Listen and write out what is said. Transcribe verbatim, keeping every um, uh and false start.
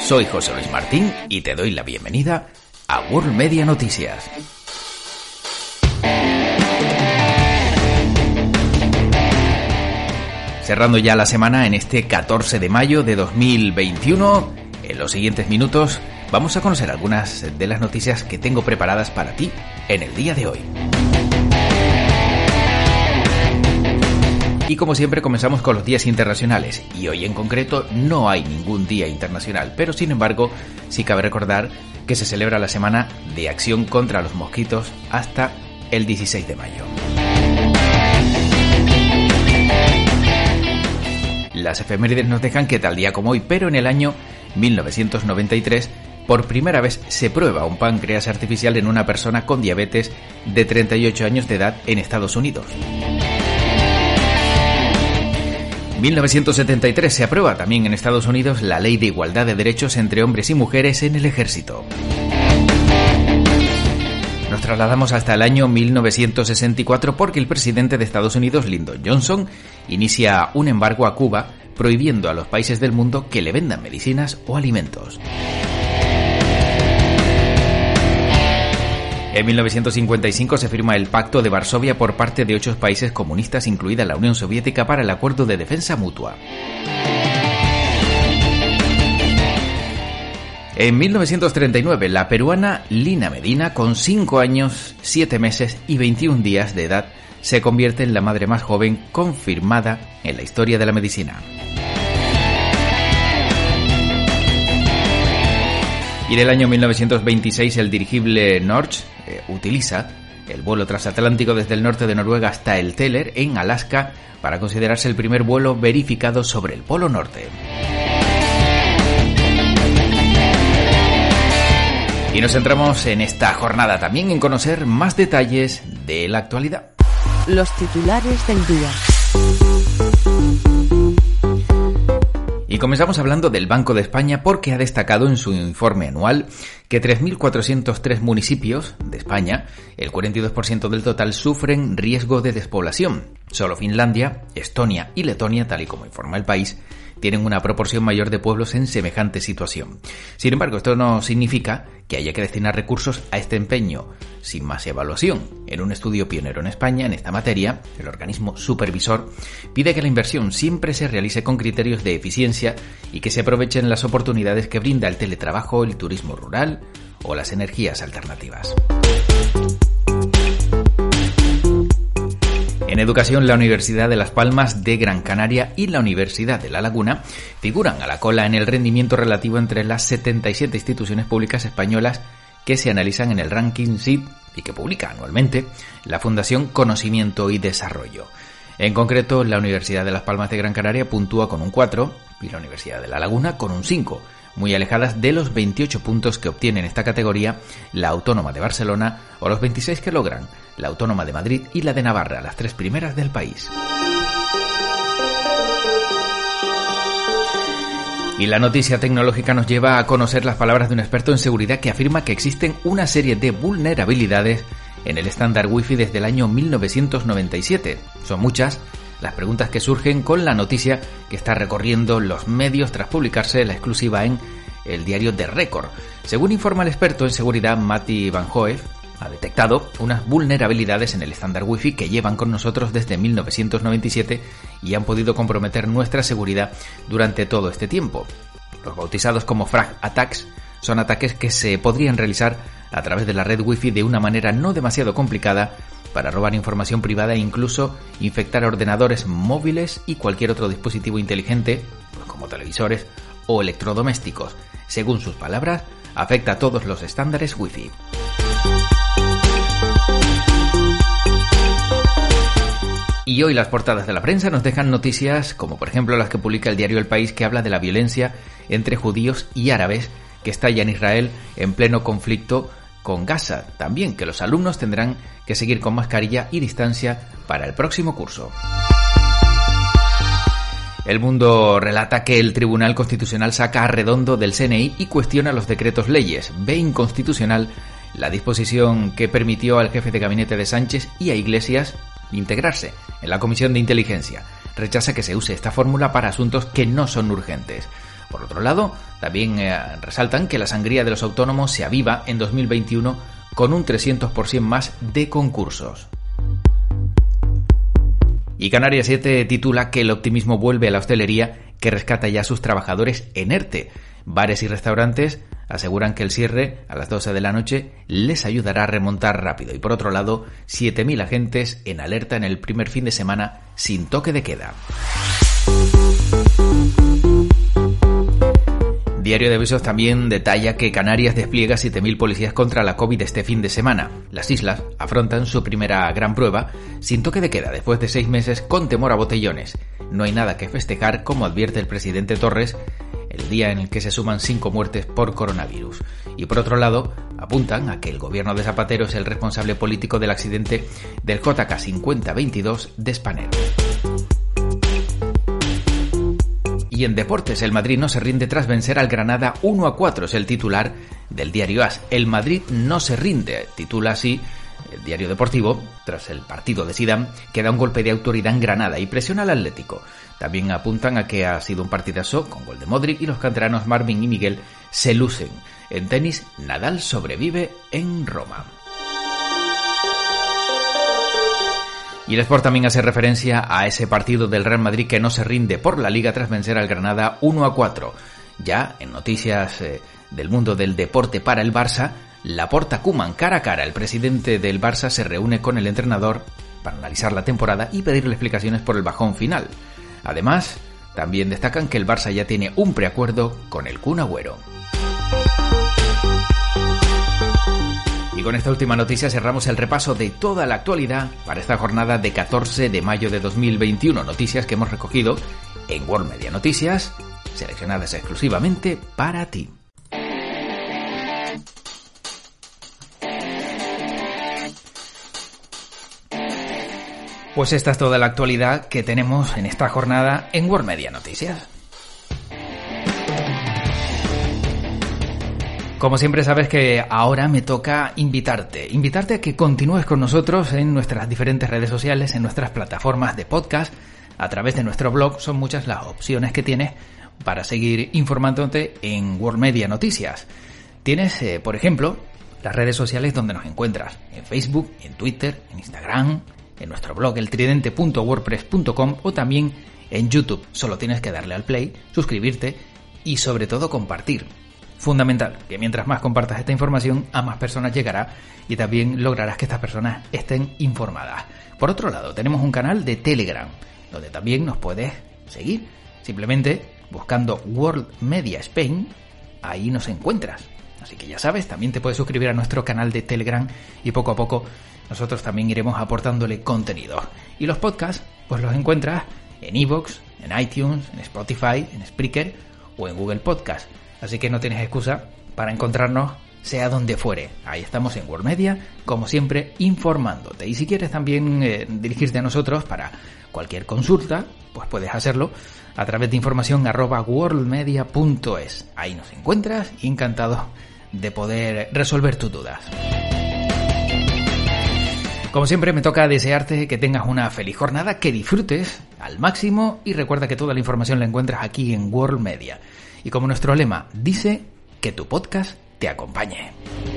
Soy José Luis Martín y te doy la bienvenida a World Media Noticias. Cerrando ya la semana en este catorce de mayo de dos mil veintiuno, en los siguientes minutos vamos a conocer algunas de las noticias que tengo preparadas para ti en el día de hoy. Y como siempre comenzamos con los días internacionales, y hoy en concreto no hay ningún día internacional, pero sin embargo sí cabe recordar que se celebra la semana de acción contra los mosquitos hasta el dieciséis de mayo. Las efemérides nos dejan que tal día como hoy, pero en el año mil novecientos noventa y tres, por primera vez se prueba un páncreas artificial en una persona con diabetes de treinta y ocho años de edad en Estados Unidos. mil novecientos setenta y tres se aprueba también en Estados Unidos la Ley de Igualdad de Derechos entre Hombres y Mujeres en el Ejército. Nos trasladamos hasta el año mil novecientos sesenta y cuatro porque el presidente de Estados Unidos, Lyndon Johnson, inicia un embargo a Cuba prohibiendo a los países del mundo que le vendan medicinas o alimentos. En mil novecientos cincuenta y cinco se firma el Pacto de Varsovia por parte de ocho países comunistas, incluida la Unión Soviética, para el Acuerdo de Defensa Mutua. En mil novecientos treinta y nueve, la peruana Lina Medina, con cinco años, siete meses y veintiún días de edad, se convierte en la madre más joven confirmada en la historia de la medicina. Y en el año mil novecientos veintiséis, el dirigible Norge eh, utiliza el vuelo transatlántico desde el norte de Noruega hasta el Teller, en Alaska, para considerarse el primer vuelo verificado sobre el Polo Norte. Y nos centramos en esta jornada también en conocer más detalles de la actualidad. Los titulares del día. Y comenzamos hablando del Banco de España porque ha destacado en su informe anual que tres mil cuatrocientos tres municipios de España, el cuarenta y dos por ciento del total, sufren riesgo de despoblación. Solo Finlandia, Estonia y Letonia, tal y como informa el país, tienen una proporción mayor de pueblos en semejante situación. Sin embargo, esto no significa que haya que destinar recursos a este empeño sin más evaluación. En un estudio pionero en España en esta materia, el organismo supervisor pide que la inversión siempre se realice con criterios de eficiencia y que se aprovechen las oportunidades que brinda el teletrabajo, el turismo rural o las energías alternativas. En educación, la Universidad de Las Palmas de Gran Canaria y la Universidad de La Laguna figuran a la cola en el rendimiento relativo entre las setenta y siete instituciones públicas españolas que se analizan en el ranking S I D y que publica anualmente la Fundación Conocimiento y Desarrollo. En concreto, la Universidad de Las Palmas de Gran Canaria puntúa con un cuatro y la Universidad de La Laguna con un cinco, muy alejadas de los veintiocho puntos que obtiene en esta categoría la Autónoma de Barcelona o los veintiséis que logran la Autónoma de Madrid y la de Navarra, las tres primeras del país. Y la noticia tecnológica nos lleva a conocer las palabras de un experto en seguridad que afirma que existen una serie de vulnerabilidades en el estándar Wi-Fi desde el año mil novecientos noventa y siete. Son muchas las preguntas que surgen con la noticia que está recorriendo los medios tras publicarse la exclusiva en el diario The Record. Según informa el experto en seguridad Matti Van Hoef, ha detectado unas vulnerabilidades en el estándar Wi-Fi que llevan con nosotros desde mil novecientos noventa y siete y han podido comprometer nuestra seguridad durante todo este tiempo. Los bautizados como Frag Attacks son ataques que se podrían realizar a través de la red Wi-Fi de una manera no demasiado complicada para robar información privada e incluso infectar ordenadores móviles y cualquier otro dispositivo inteligente, pues como televisores o electrodomésticos. Según sus palabras, afecta a todos los estándares Wi-Fi. Y hoy las portadas de la prensa nos dejan noticias como por ejemplo las que publica el diario El País, que habla de la violencia entre judíos y árabes que estalla en Israel en pleno conflicto con Gaza. También que los alumnos tendrán que seguir con mascarilla y distancia para el próximo curso. El Mundo relata que el Tribunal Constitucional saca a Redondo del C N I y cuestiona los decretos leyes. Ve inconstitucional la disposición que permitió al jefe de gabinete de Sánchez y a Iglesias integrarse en la Comisión de Inteligencia. Rechaza que se use esta fórmula para asuntos que no son urgentes. Por otro lado, también eh, resaltan que la sangría de los autónomos se aviva en dos mil veintiuno con un trescientos por ciento más de concursos. Y Canarias siete titula que el optimismo vuelve a la hostelería, que rescata ya a sus trabajadores en ERTE. Bares y restaurantes aseguran que el cierre a las doce de la noche les ayudará a remontar rápido. Y por otro lado, siete mil agentes en alerta en el primer fin de semana sin toque de queda. Diario de Avisos también detalla que Canarias despliega siete mil policías contra la COVID este fin de semana. Las islas afrontan su primera gran prueba sin toque de queda después de seis meses con temor a botellones. No hay nada que festejar, como advierte el presidente Torres, el día en el que se suman cinco muertes por coronavirus. Y por otro lado, apuntan a que el gobierno de Zapatero es el responsable político del accidente del J K cincuenta veintidós de Spanner. Y en deportes, el Madrid no se rinde tras vencer al Granada uno a cuatro, es el titular del diario AS. El Madrid no se rinde, titula así el diario deportivo, tras el partido de Zidane, que da un golpe de autoridad en Granada y presiona al Atlético. También apuntan a que ha sido un partidazo con gol de Modric y los canteranos Marvin y Miguel se lucen. En tenis, Nadal sobrevive en Roma. Y el Sport también hace referencia a ese partido del Real Madrid que no se rinde por la Liga tras vencer al Granada uno a cuatro. Ya en noticias eh, del mundo del deporte para el Barça, Laporta Koeman cara a cara. El presidente del Barça se reúne con el entrenador para analizar la temporada y pedirle explicaciones por el bajón final. Además, también destacan que el Barça ya tiene un preacuerdo con el Kun Agüero. Y con esta última noticia cerramos el repaso de toda la actualidad para esta jornada de catorce de mayo de dos mil veintiuno. Noticias que hemos recogido en World Media Noticias, seleccionadas exclusivamente para ti. Pues esta es toda la actualidad que tenemos en esta jornada en World Media Noticias. Como siempre sabes que ahora me toca invitarte, invitarte a que continúes con nosotros en nuestras diferentes redes sociales, en nuestras plataformas de podcast, a través de nuestro blog. Son muchas las opciones que tienes para seguir informándote en World Media Noticias. Tienes, eh, por ejemplo, las redes sociales donde nos encuentras, en Facebook, en Twitter, en Instagram, en nuestro blog el tridente punto wordpress punto com o también en YouTube. Solo tienes que darle al play, suscribirte y sobre todo compartir. Fundamental, que mientras más compartas esta información, a más personas llegará y también lograrás que estas personas estén informadas. Por otro lado, tenemos un canal de Telegram, donde también nos puedes seguir. Simplemente buscando World Media Spain, ahí nos encuentras. Así que ya sabes, también te puedes suscribir a nuestro canal de Telegram y poco a poco nosotros también iremos aportándole contenido. Y los podcasts, pues los encuentras en iVoox, en iTunes, en Spotify, en Spreaker o en Google Podcast. Así que no tienes excusa para encontrarnos sea donde fuere. Ahí estamos en World Media, como siempre, informándote. Y si quieres también eh, dirigirte a nosotros para cualquier consulta, pues puedes hacerlo a través de información arroba worldmedia punto es. Ahí nos encuentras y encantados de poder resolver tus dudas. Como siempre, me toca desearte que tengas una feliz jornada, que disfrutes al máximo y recuerda que toda la información la encuentras aquí en World Media. Y como nuestro lema dice, que tu podcast te acompañe.